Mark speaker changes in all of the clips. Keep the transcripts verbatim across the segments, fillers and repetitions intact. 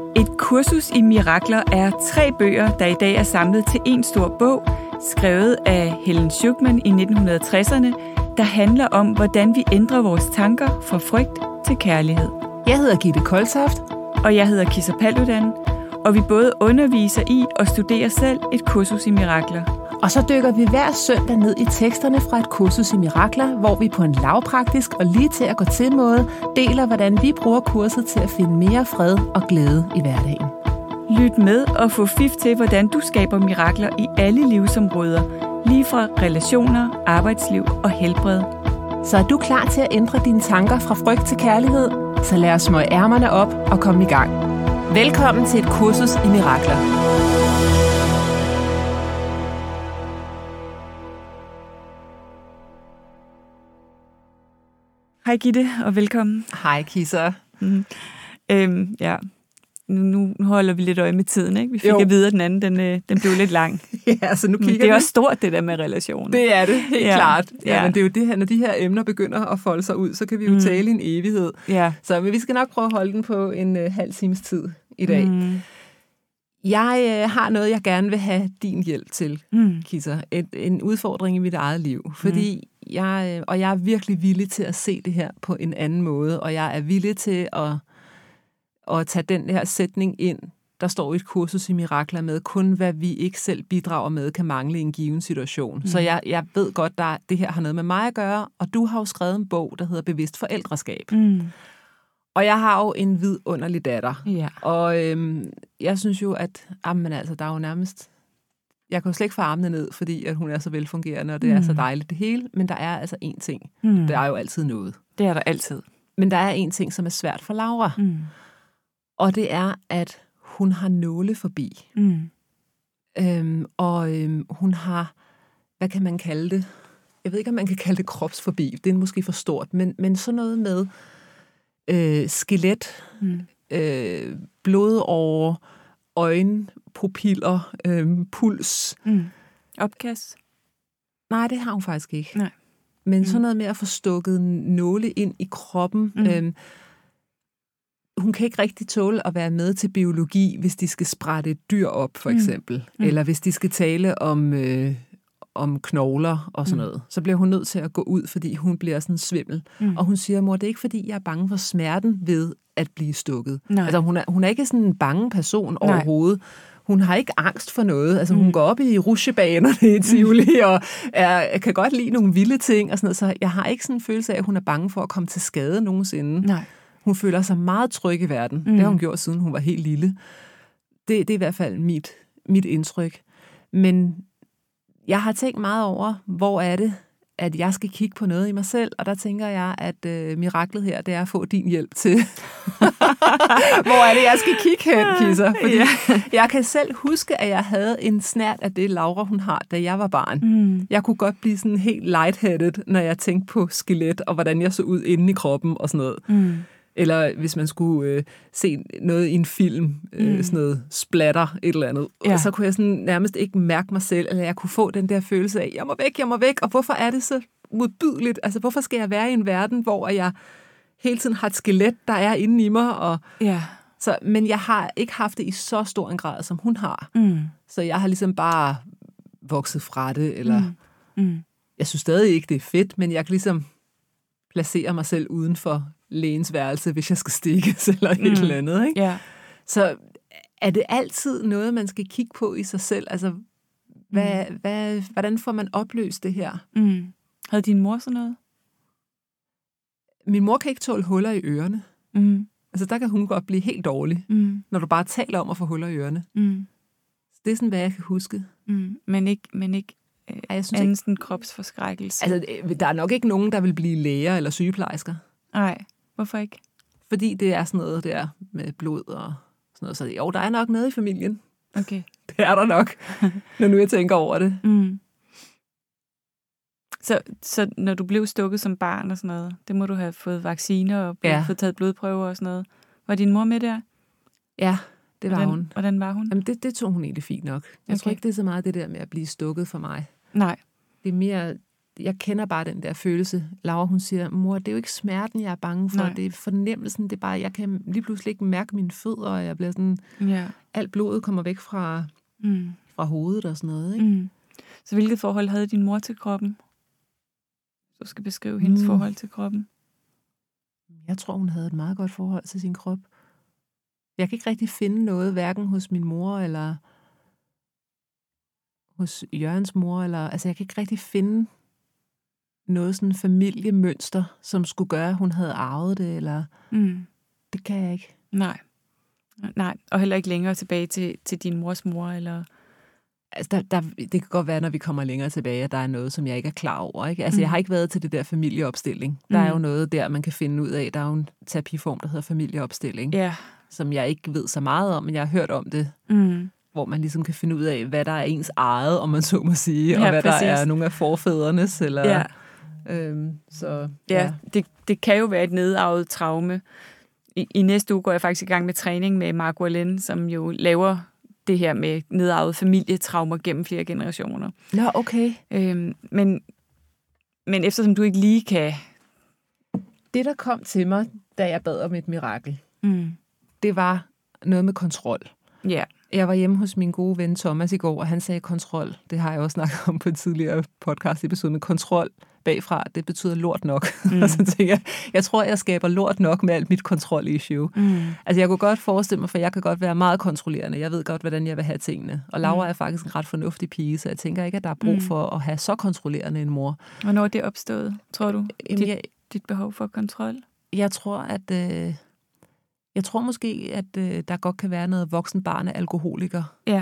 Speaker 1: Et kursus i mirakler er tre bøger, der i dag er samlet til en stor bog, skrevet af Helen Schucman i nitten tresserne, der handler om, hvordan vi ændrer vores tanker fra frygt til kærlighed.
Speaker 2: Jeg hedder Gitte Koltoft.
Speaker 1: Og jeg hedder Kisser Paludan, og vi både underviser i og studerer selv et kursus i mirakler.
Speaker 2: Og så dykker vi hver søndag ned i teksterne fra et kursus i mirakler, hvor vi på en lavpraktisk og lige til at gå til måde deler, hvordan vi bruger kurset til at finde mere fred og glæde i hverdagen.
Speaker 1: Lyt med og få fif til, hvordan du skaber mirakler i alle livsområder, lige fra relationer, arbejdsliv og helbred.
Speaker 2: Så er du klar til at ændre dine tanker fra frygt til kærlighed? Så lad os smøge ærmerne op og komme i gang. Velkommen til et kursus i mirakler.
Speaker 1: Hej Gitte, og velkommen.
Speaker 2: Hej Kisser.
Speaker 1: Mm. Øhm, ja. Nu, nu holder vi lidt øje med tiden, ikke? Vi fik
Speaker 2: Jo.
Speaker 1: at vide, at den anden, den, den blev lidt lang.
Speaker 2: Ja, så nu kigger
Speaker 1: det er
Speaker 2: vi.
Speaker 1: også stort, det der med relationer.
Speaker 2: Det er det, helt
Speaker 1: ja.
Speaker 2: klart. Ja,
Speaker 1: Ja.
Speaker 2: Men det er jo det her, når de her emner begynder at folde sig ud, så kan vi jo mm. tale i en evighed.
Speaker 1: Ja.
Speaker 2: Så men vi skal nok prøve at holde den på en uh, halv times tid i dag.
Speaker 1: Mm.
Speaker 2: Jeg uh, har noget, jeg gerne vil have din hjælp til,
Speaker 1: Mm.
Speaker 2: Kisser. Et, en udfordring i mit eget liv. Fordi mm. jeg, og jeg er virkelig villig til at se det her på en anden måde, og jeg er villig til at, at tage den her sætning ind, der står i et kursus i mirakler med, kun hvad vi ikke selv bidrager med, kan mangle i en given situation. Mm. Så jeg, jeg ved godt, at det her har noget med mig at gøre, og du har jo skrevet en bog, der hedder Bevidst Forældreskab.
Speaker 1: Mm.
Speaker 2: Og jeg har jo en vidunderlig datter.
Speaker 1: Ja.
Speaker 2: Og øhm, jeg synes jo, at jamen, altså, der er jo nærmest... Jeg kan jo slet ikke få armene ned, fordi at hun er så velfungerende, og det mm. er så dejligt det hele. Men der er altså én ting.
Speaker 1: Mm.
Speaker 2: Der er jo altid noget.
Speaker 1: Det er der altid.
Speaker 2: Men der er én ting, som er svært for Laura.
Speaker 1: Mm.
Speaker 2: Og det er, at hun har nåle forbi.
Speaker 1: Mm.
Speaker 2: Øhm, og øhm, hun har, hvad kan man kalde det? Jeg ved ikke, om man kan kalde det kropsforbi. Det er måske for stort. Men, men sådan noget med øh, skelet, mm. øh, blodårer, øjne, pupiller, øh, puls.
Speaker 1: Mm. Opkast?
Speaker 2: Nej, det har hun faktisk ikke.
Speaker 1: Nej.
Speaker 2: Men
Speaker 1: mm.
Speaker 2: sådan noget med at få stukket nåle ind i kroppen. Mm. Øh, hun kan ikke rigtig tåle at være med til biologi, hvis de skal sprætte et dyr op, for eksempel. Mm. Eller hvis de skal tale om, øh, om knogler og sådan mm. noget. Så bliver hun nødt til at gå ud, fordi hun bliver sådan svimmel. Mm. Og hun siger, mor, det er ikke fordi, jeg er bange for smerten ved at blive stukket.
Speaker 1: Nej.
Speaker 2: Altså, hun er, hun er ikke sådan en bange person
Speaker 1: Nej.
Speaker 2: overhovedet. Hun har ikke angst for noget. Altså, mm. hun går op i rutsjebanerne i Tivoli, og er, kan godt lide nogle vilde ting og sådan noget. Så jeg har ikke sådan en følelse af, at hun er bange for at komme til skade nogensinde.
Speaker 1: Nej.
Speaker 2: Hun føler sig meget tryg i verden. Mm. Det har hun gjort, siden hun var helt lille. Det, det er i hvert fald mit, mit indtryk. Men jeg har tænkt meget over, hvor er det, at jeg skal kigge på noget i mig selv, og der tænker jeg, at øh, miraklet her, det er at få din hjælp til. Hvor er det, jeg skal kigge hen, Kisser? Fordi ja. jeg kan selv huske, at jeg havde en snert af det, Laura hun har, da jeg var barn. Mm. Jeg kunne godt blive sådan helt lightheaded, når jeg tænkte på skelet, og hvordan jeg så ud inde i kroppen og sådan noget. Mm. Eller hvis man skulle øh, se noget i en film, øh, mm. sådan noget splatter, et eller andet, ja. så kunne jeg sådan nærmest ikke mærke mig selv, eller jeg kunne få den der følelse af, jeg må væk, jeg må væk, og hvorfor er det så modbydeligt? Altså, hvorfor skal jeg være i en verden, hvor jeg hele tiden har et skelet, der er inde i mig? Og
Speaker 1: ja.
Speaker 2: så, men jeg har ikke haft det i så stor en grad, som hun har. Mm. Så jeg har ligesom bare vokset fra det, eller mm. Mm. jeg synes stadig ikke, det er fedt, men jeg kan ligesom placere mig selv uden for lægens værelse, hvis jeg skal stikkes eller et mm. eller andet. Ikke?
Speaker 1: Yeah.
Speaker 2: Så er det altid noget, man skal kigge på i sig selv? Altså, hvad, mm. hvad, hvordan får man opløst det her?
Speaker 1: Mm. Havde din mor sådan noget?
Speaker 2: Min mor kan ikke tåle huller i ørerne. Mm. Altså, der kan hun godt blive helt dårlig, mm. når du bare taler om at få huller i ørerne. Mm. Så det er sådan, hvad jeg kan huske.
Speaker 1: Mm. Men ikke, men ikke øh,
Speaker 2: jeg synes
Speaker 1: anden
Speaker 2: ikke,
Speaker 1: kropsforskrækkelse?
Speaker 2: Altså, der er nok ikke nogen, der vil blive læger eller sygeplejersker.
Speaker 1: Nej. Hvorfor ikke?
Speaker 2: Fordi det er sådan noget der med blod og sådan noget. Så jo, der er nok noget i familien.
Speaker 1: Okay.
Speaker 2: Det er der nok, når nu jeg tænker over det.
Speaker 1: Mm. Så, så når du blev stukket som barn og sådan noget, det må du have fået vacciner og ja. fået taget blodprøver og sådan noget. Var din mor med der?
Speaker 2: Ja, det var
Speaker 1: hvordan,
Speaker 2: hun.
Speaker 1: Hvordan var hun?
Speaker 2: Jamen, det, det tog hun egentlig fint nok. Jeg okay. tror ikke, det er så meget det der med at blive stukket for mig.
Speaker 1: Nej.
Speaker 2: Det er mere... jeg kender bare den der følelse. Laura, hun siger, mor, det er jo ikke smerten, jeg er bange for. Nej. Det er fornemmelsen. Det er bare, jeg kan lige pludselig ikke mærke mine fødder, og jeg bliver sådan, ja. alt blodet kommer væk fra, mm. fra hovedet og sådan noget. Ikke? Mm.
Speaker 1: Så hvilket forhold havde din mor til kroppen? Så skal beskrive hendes mm. forhold til kroppen.
Speaker 2: Jeg tror, hun havde et meget godt forhold til sin krop. Jeg kan ikke rigtig finde noget, hverken hos min mor, eller hos Jørgens mor, eller, altså jeg kan ikke rigtig finde noget sådan familiemønster, som skulle gøre, at hun havde arvet det, eller mm. det kan jeg ikke.
Speaker 1: Nej. Nej, og heller ikke længere tilbage til, til din mors mor, eller...
Speaker 2: Altså, der, der, det kan godt være, når vi kommer længere tilbage, at der er noget, som jeg ikke er klar over. Ikke? Altså, mm. jeg har ikke været til det der familieopstilling. Der mm. er jo noget der, man kan finde ud af. Der er jo en terapiform, der hedder familieopstilling, yeah. som jeg ikke ved så meget om, men jeg har hørt om det. Mm. Hvor man ligesom kan finde ud af, hvad der er ens eget, om man så må sige, ja, og hvad præcis. Der er nogle af forfædrenes. Eller, ja. øhm, så,
Speaker 1: ja, ja det, det kan jo være et nedarvet traume. I, I næste uge går jeg faktisk i gang med træning med Marco Allen, som jo laver det her med nedarvet familietraumer gennem flere generationer.
Speaker 2: Nå, okay.
Speaker 1: Øhm, men, men eftersom du ikke lige kan...
Speaker 2: Det, der kom til mig, da jeg bad om et mirakel, mm. det var noget med kontrol. Ja. Yeah. Jeg var hjemme hos min gode ven Thomas i går, og han sagde kontrol. Det har jeg også snakket om på en tidligere podcast-episode, med kontrol bagfra, det betyder lort nok. Mm. Og så tænker jeg, jeg tror, jeg skaber lort nok med alt mit kontrol-issue. Mm. Altså, jeg kunne godt forestille mig, for jeg kan godt være meget kontrollerende. Jeg ved godt, hvordan jeg vil have tingene. Og Laura mm. er faktisk en ret fornuftig pige, så jeg tænker ikke, at der er brug for at have så kontrollerende en mor.
Speaker 1: Hvornår er det opstået, tror du? Dit, jeg, dit behov for kontrol?
Speaker 2: Jeg tror, at... Øh, jeg tror måske, at øh, der godt kan være noget voksen barn af alkoholiker.
Speaker 1: Ja.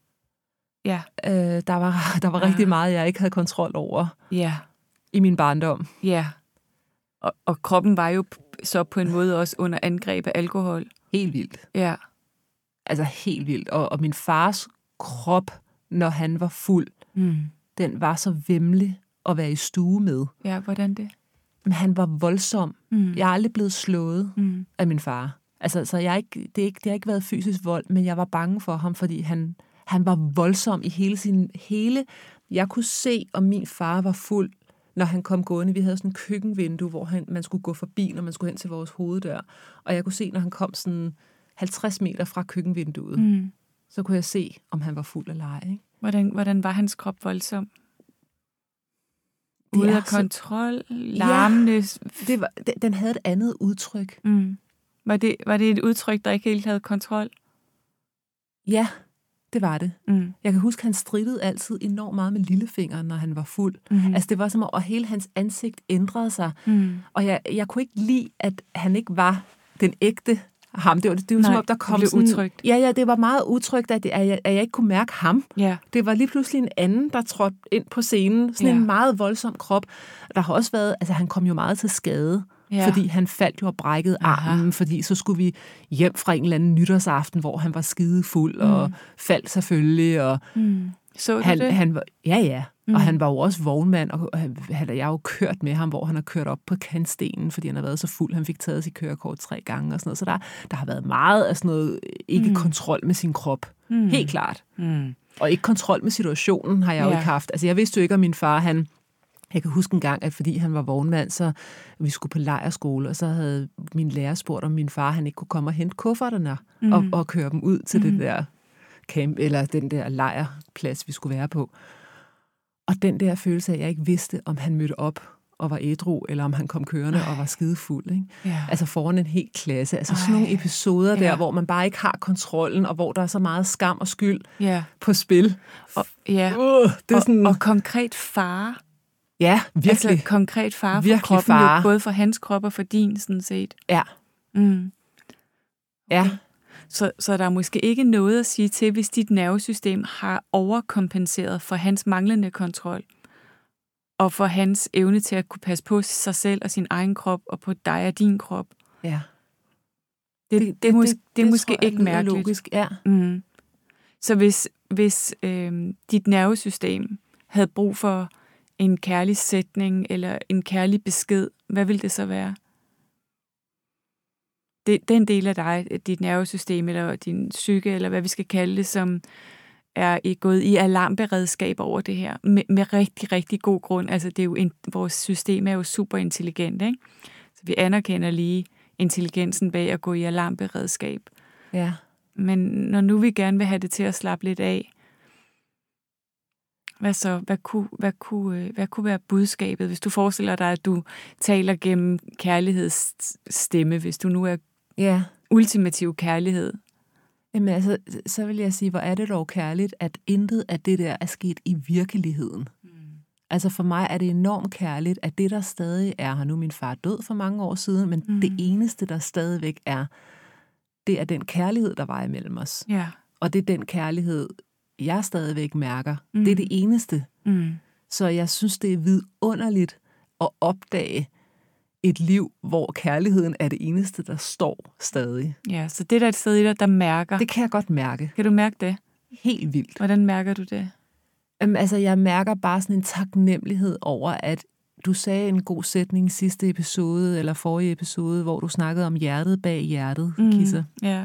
Speaker 1: Ja.
Speaker 2: Øh, der var, der var ja. rigtig meget, jeg ikke havde kontrol over.
Speaker 1: Ja.
Speaker 2: I min barndom.
Speaker 1: Ja. Og, og kroppen var jo så på en måde også under angreb af alkohol.
Speaker 2: Helt vildt.
Speaker 1: Ja.
Speaker 2: Altså helt vildt. Og, og min fars krop, når han var fuld, mm. den var så væmmelig at være i stue med.
Speaker 1: Ja, hvordan det?
Speaker 2: Men han var voldsom. Mm. Jeg er aldrig blevet slået mm. af min far. Altså, så jeg ikke, det, er ikke, det har ikke været fysisk vold, men jeg var bange for ham, fordi han, han var voldsom i hele sin... hele. Jeg kunne se, om min far var fuld, når han kom gående. Vi havde sådan et køkkenvindue, hvor han, man skulle gå forbi, når man skulle hen til vores hoveddør. Og jeg kunne se, når han kom sådan halvtreds meter fra køkkenvinduet, mm. så kunne jeg se, om han var fuld eller ej. Ikke?
Speaker 1: Hvordan, hvordan var hans krop voldsom? Ude af kontrol, larmende...
Speaker 2: Ja, det var, den havde et andet udtryk.
Speaker 1: Mm. Var det, var det et udtryk, der ikke helt havde kontrol?
Speaker 2: Ja, det var det. Mm. Jeg kan huske, at han strittede altid enormt meget med lillefingeren, når han var fuld. Mm. Altså det var som om, at hele hans ansigt ændrede sig. Mm. Og jeg, jeg kunne ikke lide, at han ikke var den ægte ham. Det var, det var som om, der kom sådan...
Speaker 1: utrygt.
Speaker 2: Ja, ja, det var meget utrygt, at, det, at, jeg, at jeg ikke kunne mærke ham.
Speaker 1: Yeah.
Speaker 2: Det var lige pludselig en anden, der trådte ind på scenen. Sådan yeah. en meget voldsom krop. Der har også været... Altså, han kom jo meget til skade. Ja. Fordi han faldt jo og brækkede armen, Aha. fordi så skulle vi hjem fra en eller anden nytårsaften, hvor han var skide fuld mm. og faldt selvfølgelig. Og
Speaker 1: mm. Så du
Speaker 2: han,
Speaker 1: det?
Speaker 2: Han var, ja, ja. Mm. Og han var jo også vognmand, og han, jeg har jo kørt med ham, hvor han har kørt op på kantstenen, fordi han har været så fuld. Han fik taget sit kørekort tre gange og sådan noget. Så der, der har været meget af sådan noget, ikke mm. kontrol med sin krop. Mm. Helt klart. Mm. Og ikke kontrol med situationen har jeg jo ja. ikke haft. Altså jeg vidste jo ikke, om min far, han... Jeg kan huske en gang, at fordi han var vognmand, så vi skulle på lejrskole, og så havde min lærer spurgt, om min far han ikke kunne komme og hente kufferterne mm. og, og køre dem ud til mm. det der camp, eller den der lejrplads, vi skulle være på. Og den der følelse af, at jeg ikke vidste, om han mødte op og var ædru, eller om han kom kørende Ej. og var skidefuld. Ikke? Yeah. Altså foran en hel klasse. Altså Ej. sådan nogle episoder der, yeah. hvor man bare ikke har kontrollen, og hvor der er så meget skam og skyld yeah. på spil.
Speaker 1: Og, ja.
Speaker 2: uh, det er
Speaker 1: og,
Speaker 2: sådan...
Speaker 1: og konkret fare.
Speaker 2: Ja, virkelig.
Speaker 1: Altså konkret fare for
Speaker 2: virkelig
Speaker 1: kroppen,
Speaker 2: fare.
Speaker 1: Jo, både for hans krop og for din, sådan set.
Speaker 2: Ja.
Speaker 1: Mm. Okay.
Speaker 2: Ja.
Speaker 1: Så, så der er måske ikke noget at sige til, hvis dit nervesystem har overkompenseret for hans manglende kontrol, og for hans evne til at kunne passe på sig selv og sin egen krop, og på dig og din krop.
Speaker 2: Ja.
Speaker 1: Det, det, det, det, det, det, det er måske
Speaker 2: jeg,
Speaker 1: ikke mærkeligt.
Speaker 2: Logisk, ja.
Speaker 1: Mm. Så hvis, hvis øh, dit nervesystem havde brug for en kærlig sætning eller en kærlig besked, hvad vil det så være? Det, den del af dig, dit nervesystem eller din psyke, eller hvad vi skal kalde det, som, er i, gået i alarmberedskab over det her, med, med rigtig, rigtig god grund. Altså, det er jo en, vores system er jo super intelligent, ikke? Så vi anerkender lige intelligensen bag at gå i alarmberedskab.
Speaker 2: Ja.
Speaker 1: Men når nu vi gerne vil have det til at slappe lidt af, hvad så? Hvad kunne, hvad kunne, hvad kunne være budskabet, hvis du forestiller dig, at du taler gennem kærlighedsstemme, hvis du nu er
Speaker 2: Ja.
Speaker 1: ultimativ kærlighed?
Speaker 2: Jamen altså, så vil jeg sige, hvor er det dog kærligt, at intet af det der er sket i virkeligheden. Mm. Altså for mig er det enormt kærligt, at det, der stadig er her nu, min far død for mange år siden, men mm. det eneste, der stadigvæk er, det er den kærlighed, der var imellem os.
Speaker 1: Ja.
Speaker 2: Og det er den kærlighed, jeg stadigvæk mærker.
Speaker 1: Mm.
Speaker 2: Det er det eneste.
Speaker 1: Mm.
Speaker 2: Så jeg synes, det er vidunderligt at opdage et liv, hvor kærligheden er det eneste, der står stadig.
Speaker 1: Ja, så det der er et sted i dig, der mærker.
Speaker 2: Det kan jeg godt mærke.
Speaker 1: Kan du mærke det?
Speaker 2: Helt vildt.
Speaker 1: Hvordan mærker du det?
Speaker 2: Jamen, altså, jeg mærker bare sådan en taknemmelighed over, at du sagde en god sætning i sidste episode, eller forrige episode, hvor du snakkede om hjertet bag hjertet, mm. Kisser.
Speaker 1: Ja.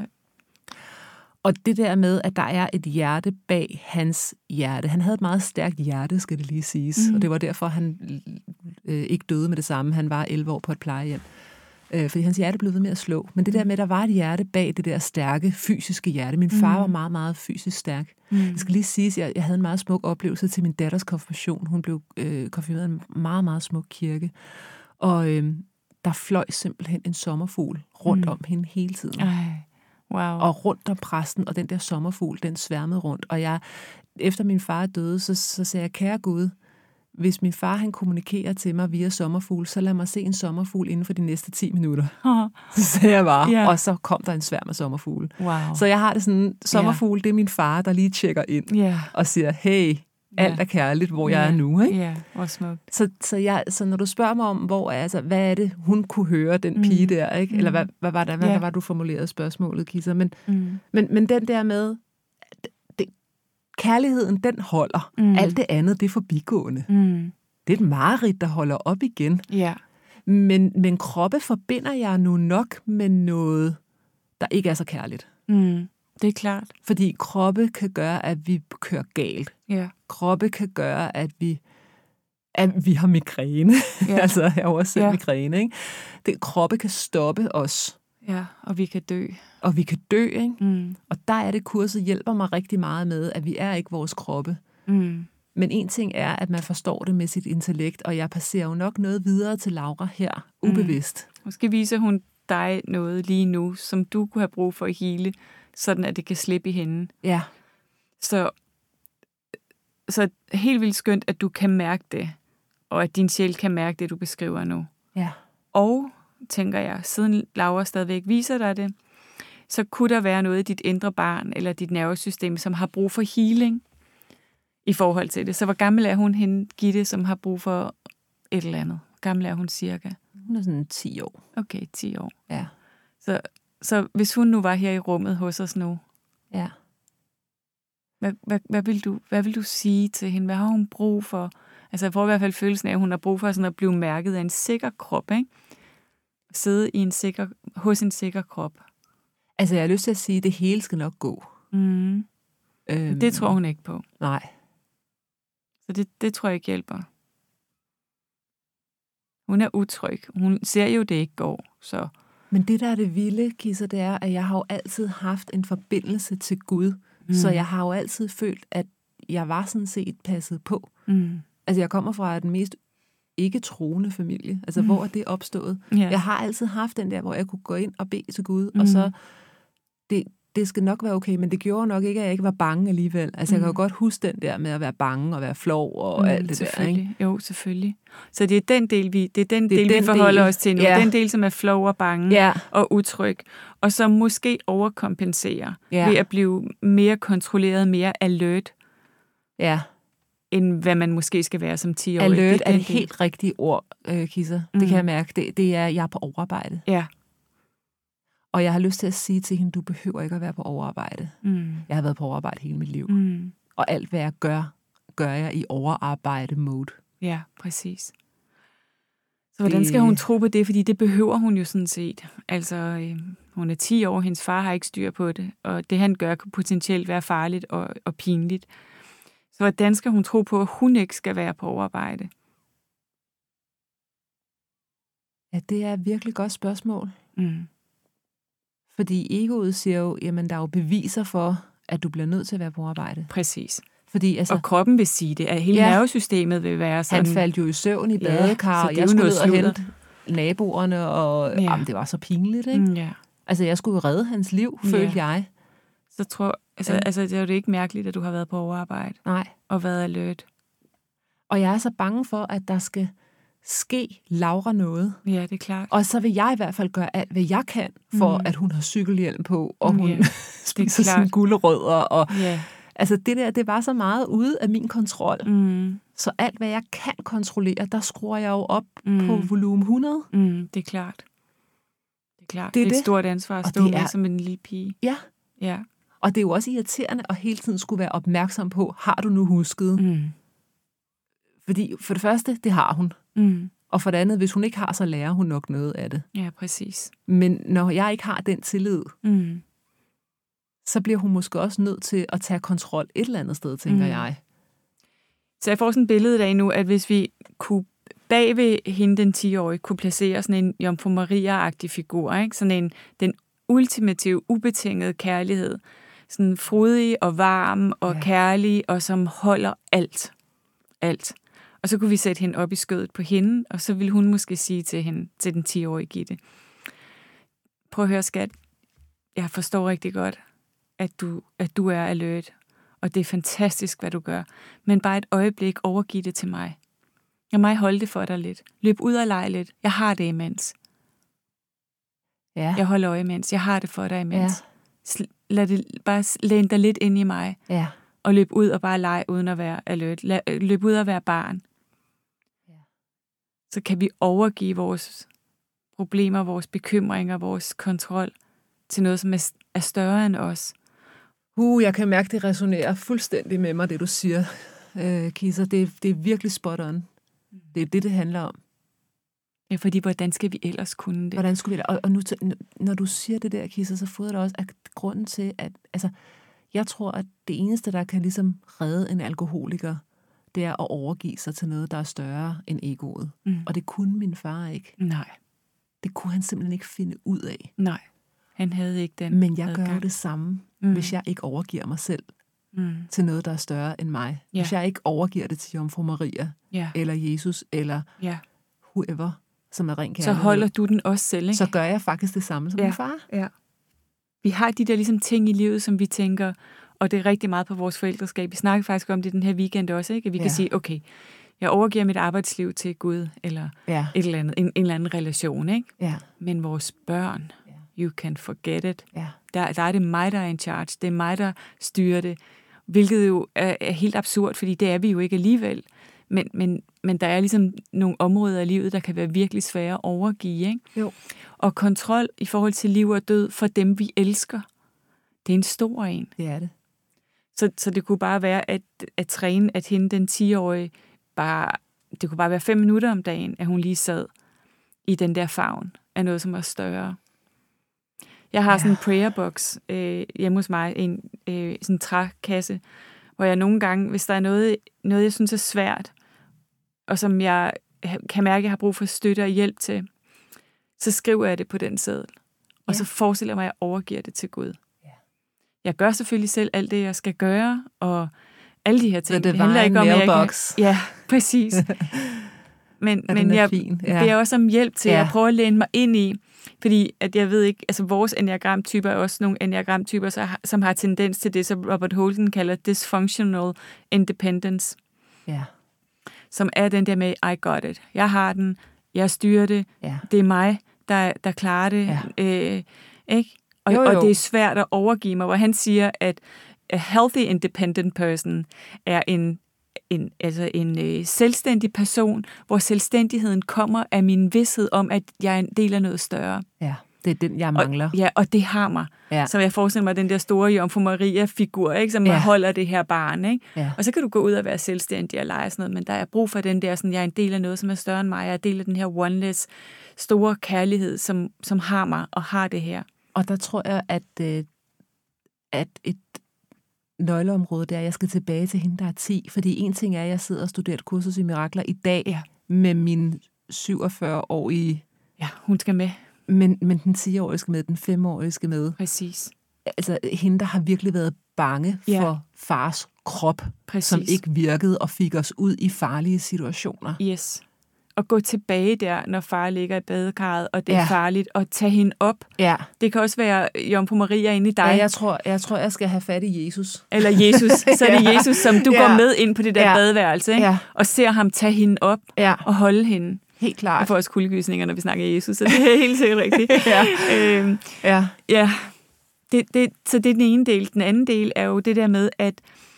Speaker 2: Og det der med, at der er et hjerte bag hans hjerte. Han havde et meget stærkt hjerte, skal det lige siges. Mm. Og det var derfor, han øh, ikke døde med det samme. Han var elleve år på et plejehjem. Øh, fordi hans hjerte blev ved med at slå. Men det der med, at der var et hjerte bag det der stærke, fysiske hjerte. Min far mm. var meget, meget fysisk stærk. Mm. Jeg skal lige sige, at jeg, jeg havde en meget smuk oplevelse til min datters konfirmation. Hun blev øh, konfirmeret i en meget, meget smuk kirke. Og øh, der fløj simpelthen en sommerfugl rundt mm. om hende hele tiden.
Speaker 1: Ej. Wow.
Speaker 2: Og rundt om præsten, og den der sommerfugl, den sværmede rundt. Og jeg, efter min far døde, så, så sagde jeg, kære Gud, hvis min far han kommunikerer til mig via sommerfugl, så lad mig se en sommerfugl inden for de næste ti minutter. Så sagde jeg bare, yeah. og så kom der en sværm af sommerfugle.
Speaker 1: Wow.
Speaker 2: Så jeg har det sådan, sommerfugl, yeah. det er min far, der lige tjekker ind
Speaker 1: yeah.
Speaker 2: og siger, hey, alt
Speaker 1: yeah.
Speaker 2: er kærligt, hvor
Speaker 1: yeah.
Speaker 2: jeg er nu. Ikke?
Speaker 1: Ja, yeah. Hvor smukt.
Speaker 2: Så, så, jeg, så når du spørger mig om, hvor altså, hvad er det, hun kunne høre, den pige mm. der, ikke? Eller hvad, hvad var det, hvad, yeah. hvad var du formulerede spørgsmålet, Kisser? Men, mm. men, men den der med, det, kærligheden, den holder. Mm. Alt det andet, det er forbigående. Mm. Det er et mareridt, der holder op igen.
Speaker 1: Ja.
Speaker 2: Men, men kroppe forbinder jeg nu nok med noget, der ikke er så kærligt.
Speaker 1: Mm. Det er klart.
Speaker 2: Fordi kroppe kan gøre, at vi kører galt.
Speaker 1: Ja.
Speaker 2: Kroppe kan gøre, at vi, at vi har migræne. Ja. Altså, jeg har også selv ja. migræne. Ikke? Det, kroppe kan stoppe os.
Speaker 1: Ja, og vi kan dø.
Speaker 2: Og vi kan dø, ikke?
Speaker 1: Mm.
Speaker 2: Og der er det, kurset hjælper mig rigtig meget med, at vi er ikke vores kroppe.
Speaker 1: Mm.
Speaker 2: Men en ting er, at man forstår det med sit intellekt, og jeg passerer jo nok noget videre til Laura her, ubevidst.
Speaker 1: Mm. Måske viser hun dig noget lige nu, som du kunne have brug for at hele, sådan at det kan slippe i hende.
Speaker 2: Ja.
Speaker 1: Så, så helt vildt skønt, at du kan mærke det, og at din sjæl kan mærke det, du beskriver nu.
Speaker 2: Ja.
Speaker 1: Og, tænker jeg, siden Laura stadigvæk viser dig det, så kunne der være noget i dit indre barn, eller dit nervesystem, som har brug for healing i forhold til det. Så hvor gammel er hun, hende, Gitte, som har brug for et eller andet? Hvor gammel er hun cirka?
Speaker 2: Hun er sådan ti år.
Speaker 1: Okay, ti år.
Speaker 2: Ja.
Speaker 1: Så, så hvis hun nu var her i rummet hos os nu,
Speaker 2: ja.
Speaker 1: hvad, hvad, hvad, vil du, hvad vil du sige til hende? Hvad har hun brug for? Altså jeg får i hvert fald følelsen af, at hun har brug for sådan at blive mærket af en sikker krop, ikke? Sidde i en sikker, hos en sikker krop.
Speaker 2: Altså jeg har lyst til at sige, at det hele skal nok gå.
Speaker 1: Mm. Øhm, det tror hun ikke på.
Speaker 2: Nej.
Speaker 1: Så det, det tror jeg ikke hjælper. Hun er utryg. Hun ser jo, det ikke går. Så.
Speaker 2: Men det, der er det vilde, Kisser, det er, at jeg har jo altid haft en forbindelse til Gud. Mm. Så jeg har jo altid følt, at jeg var sådan set passet på. Mm. Altså jeg kommer fra den mest ikke-troende familie. Altså mm. hvor er det opstået? Yeah. Jeg har altid haft den der, hvor jeg kunne gå ind og bede til Gud, mm. og så det, det skal nok være okay, men det gjorde nok ikke, at jeg ikke var bange alligevel. Altså, jeg kan jo godt huske den der med at være bange og være flov og mm, alt det der, ikke?
Speaker 1: Jo, selvfølgelig. Så det er den del, vi, det er den det er del, den vi forholder del. os til nu. Ja. Den del, som er flov og bange ja. og utryg, og som måske overkompenserer ja. ved at blive mere kontrolleret, mere alert,
Speaker 2: ja.
Speaker 1: end hvad man måske skal være som ti-årig.
Speaker 2: Alert er det helt rigtige ord, øh, Kisser. Mm. Det kan jeg mærke. Det, det er, jeg er på overarbejde.
Speaker 1: Ja.
Speaker 2: Og jeg har lyst til at sige til hende, du behøver ikke at være på overarbejde. Mm. Jeg har været på overarbejde hele mit liv. Mm. Og alt, hvad jeg gør, gør jeg i overarbejde-mode.
Speaker 1: Ja, præcis. Så hvordan skal hun tro på det? Fordi det behøver hun jo sådan set. Altså, øh, Hun er ti år, hendes far har ikke styr på det, og det han gør kan potentielt være farligt og, og pinligt. Så hvordan skal hun tro på, at hun ikke skal være på overarbejde?
Speaker 2: Ja, det er et virkelig godt spørgsmål.
Speaker 1: Mm.
Speaker 2: Fordi egoet siger jo, jamen der er jo beviser for, at du bliver nødt til at være på arbejde.
Speaker 1: Præcis.
Speaker 2: Fordi, altså,
Speaker 1: og kroppen vil sige det, at hele ja, nervesystemet vil være sådan...
Speaker 2: Han faldt jo i søvn i badekar, ja, og jeg skulle ud og hente naboerne, og ja. jamen, det var så pinligt, ikke?
Speaker 1: Mm, ja.
Speaker 2: Altså, jeg skulle jo redde hans liv, ja. følte jeg.
Speaker 1: Så tror altså, ja. altså, det er jo ikke mærkeligt, at du har været på overarbejde.
Speaker 2: Nej.
Speaker 1: Og været alert.
Speaker 2: Og jeg er så bange for, at der skal ske Laura noget.
Speaker 1: Ja, det er klart.
Speaker 2: Og så vil jeg i hvert fald gøre alt, hvad jeg kan, for mm. at hun har cykelhjelm på, og hun
Speaker 1: yeah.
Speaker 2: spiser sine gulerødder. Og,
Speaker 1: yeah.
Speaker 2: Altså det der, det var så meget ude af min kontrol.
Speaker 1: Mm.
Speaker 2: Så alt, hvad jeg kan kontrollere, der skruer jeg jo op
Speaker 1: mm.
Speaker 2: på volumen hundrede.
Speaker 1: Mm, det er klart. Det er klart.
Speaker 2: Det er,
Speaker 1: det er
Speaker 2: det.
Speaker 1: et stort ansvar at stå med er... som en lille pige.
Speaker 2: Ja.
Speaker 1: ja.
Speaker 2: Og det er jo også irriterende at hele tiden skulle være opmærksom på, har du nu husket?
Speaker 1: Mm.
Speaker 2: Fordi for det første, det har hun.
Speaker 1: Mm.
Speaker 2: Og for det andet, hvis hun ikke har, så lærer hun nok noget af det.
Speaker 1: Ja, præcis.
Speaker 2: Men når jeg ikke har den tillid,
Speaker 1: mm.
Speaker 2: så bliver hun måske også nødt til at tage kontrol et eller andet sted, tænker mm. jeg.
Speaker 1: Så jeg får sådan et billede af nu, at hvis vi kunne bag ved hende, den ti-årige, kunne placere sådan en Jomfru Maria-agtig figur, ikke? Sådan en, den ultimative, ubetingede kærlighed. Sådan frodig og varm og ja. kærlig, og som holder alt. Alt. Og så kunne vi sætte hende op i skødet på hende, og så ville hun måske sige til hende, til den ti-årige Gitte, prøv at høre, skat, jeg forstår rigtig godt, at du, at du er alert, og det er fantastisk, hvad du gør, men bare et øjeblik overgiv det til mig. Jeg må holde det for dig lidt. Løb ud og lege lidt. Jeg har det imens.
Speaker 2: Ja.
Speaker 1: Jeg holder øje imens. Jeg har det for dig imens. Ja. Lad det bare læne dig lidt ind i mig.
Speaker 2: Ja.
Speaker 1: Og løb ud og bare lege uden at være alert. Løb ud og være barn.
Speaker 2: Ja.
Speaker 1: Så kan vi overgive vores problemer, vores bekymringer, vores kontrol til noget, som er større end os.
Speaker 2: Uh, jeg kan mærke, det resonerer fuldstændig med mig, det du siger, øh, Kisser. Det, det er virkelig spot on. Det er det, det handler om.
Speaker 1: Ja, fordi hvordan skal vi ellers kunne det?
Speaker 2: Hvordan skulle vi og, og nu, når du siger det der, Kisser, så fodrer det også at grunden til, at altså, jeg tror, at det eneste, der kan ligesom redde en alkoholiker, det er at overgive sig til noget, der er større end egoet. Mm. Og det kunne min far ikke.
Speaker 1: Nej.
Speaker 2: Det kunne han simpelthen ikke finde ud af.
Speaker 1: Nej, han havde ikke den.
Speaker 2: Men jeg gør jo det samme, mm. hvis jeg ikke overgiver mig selv mm. til noget, der er større end mig. Ja. Hvis jeg ikke overgiver det til Jomfru Maria, ja. eller Jesus, eller ja. whoever, som er ren kærlighed.
Speaker 1: Så holder du den også selv, ikke?
Speaker 2: Så gør jeg faktisk det samme som
Speaker 1: ja.
Speaker 2: min far.
Speaker 1: Ja. Vi har de der ligesom ting i livet, som vi tænker, og det er rigtig meget på vores forældreskab. Vi snakker faktisk om det den her weekend også, ikke? At vi ja. kan sige, okay, jeg overgiver mit arbejdsliv til Gud, eller ja. et eller andet, en, en eller anden relation, ikke?
Speaker 2: Ja.
Speaker 1: Men vores børn, ja. you can forget it.
Speaker 2: Ja.
Speaker 1: Der, der er det mig, der er in charge. Det er mig, der styrer det. Hvilket jo er, er helt absurd, fordi det er vi jo ikke alligevel. Men, men, men der er ligesom nogle områder af livet, der kan være virkelig svære at overgive, ikke?
Speaker 2: Jo.
Speaker 1: Og kontrol i forhold til liv og død for dem, vi elsker, det er en stor en.
Speaker 2: Det er det.
Speaker 1: Så, så det kunne bare være at, at træne, at hende, den ti-årige, bare, det kunne bare være fem minutter om dagen, at hun lige sad i den der favn af noget, som var større. Jeg har ja. sådan en prayerbox øh, hjemme hos mig, en øh, sådan en trækasse, hvor jeg nogle gange, hvis der er noget, noget, jeg synes er svært, og som jeg kan mærke, at jeg har brug for støtte og hjælp til, så skriver jeg det på den seddel. Og ja. så forestiller jeg mig, at jeg overgiver det til Gud. Ja. Jeg gør selvfølgelig selv alt det, jeg skal gøre, og alle de her ting.
Speaker 2: Det handler ikke om, at jeg kan...
Speaker 1: Ja, præcis. Men, men jeg ja. beder også om hjælp til ja. at prøve at læne mig ind i, fordi at jeg ved ikke, altså vores enneagramtyper er også nogle enneagramtyper, som har tendens til det, som Robert Holden kalder dysfunctional independence.
Speaker 2: Ja.
Speaker 1: Som er den der med, I got it. Jeg har den, jeg styrer det, ja. det er mig, der, der klarer det. Ja. Øh, ikke? Og, jo, jo. og det er svært at overgive mig, hvor han siger, at a healthy independent person er en En, altså en øh, selvstændig person, hvor selvstændigheden kommer af min vidsthed om, at jeg er en del af noget større.
Speaker 2: Ja, det er den, jeg mangler.
Speaker 1: Og, ja, og det har mig. Ja. Så jeg forestiller mig den der store Jomfru Maria-figur, ikke, som ja. holder det her barn. Ikke? Ja. Og så kan du gå ud og være selvstændig og lege sådan noget, men der er brug for den der, sådan, jeg er en del af noget, som er større end mig. Jeg er en del af den her oneness, store kærlighed, som, som har mig og har det her.
Speaker 2: Og der tror jeg, at, øh, at et nøgleområde der, jeg skal tilbage til hende, der er ti. Fordi en ting er, at jeg sidder og studerer et kursus i mirakler i dag
Speaker 1: Ja.
Speaker 2: med min syvogfyrre-årige.
Speaker 1: Ja, hun skal med.
Speaker 2: Men, men den ti-årige skal med, den fem-årige skal med.
Speaker 1: Præcis.
Speaker 2: Altså hende, der har virkelig været bange
Speaker 1: Ja.
Speaker 2: for fars krop,
Speaker 1: Præcis.
Speaker 2: som ikke virkede og fik os ud i farlige situationer.
Speaker 1: Yes. Og gå tilbage der, når far ligger i badekarret, og det er
Speaker 2: Ja.
Speaker 1: farligt, og tage hende op.
Speaker 2: Ja.
Speaker 1: Det kan også være Jomfru Maria inde i dig.
Speaker 2: Ja, jeg tror, jeg tror, jeg skal have fat i Jesus.
Speaker 1: Eller Jesus. Så er det Jesus, som du
Speaker 2: Ja.
Speaker 1: går med ind på det der
Speaker 2: Ja.
Speaker 1: badeværelse, ikke?
Speaker 2: Ja.
Speaker 1: Og ser ham tage hende op
Speaker 2: Ja.
Speaker 1: og holde hende.
Speaker 2: Helt klart.
Speaker 1: Jeg får også kuldegysninger, når vi snakker Jesus, så det er helt sikkert rigtigt.
Speaker 2: Ja.
Speaker 1: Øhm,
Speaker 2: Ja.
Speaker 1: ja. Det, det, så det er den ene del. Den anden del er jo det der med, at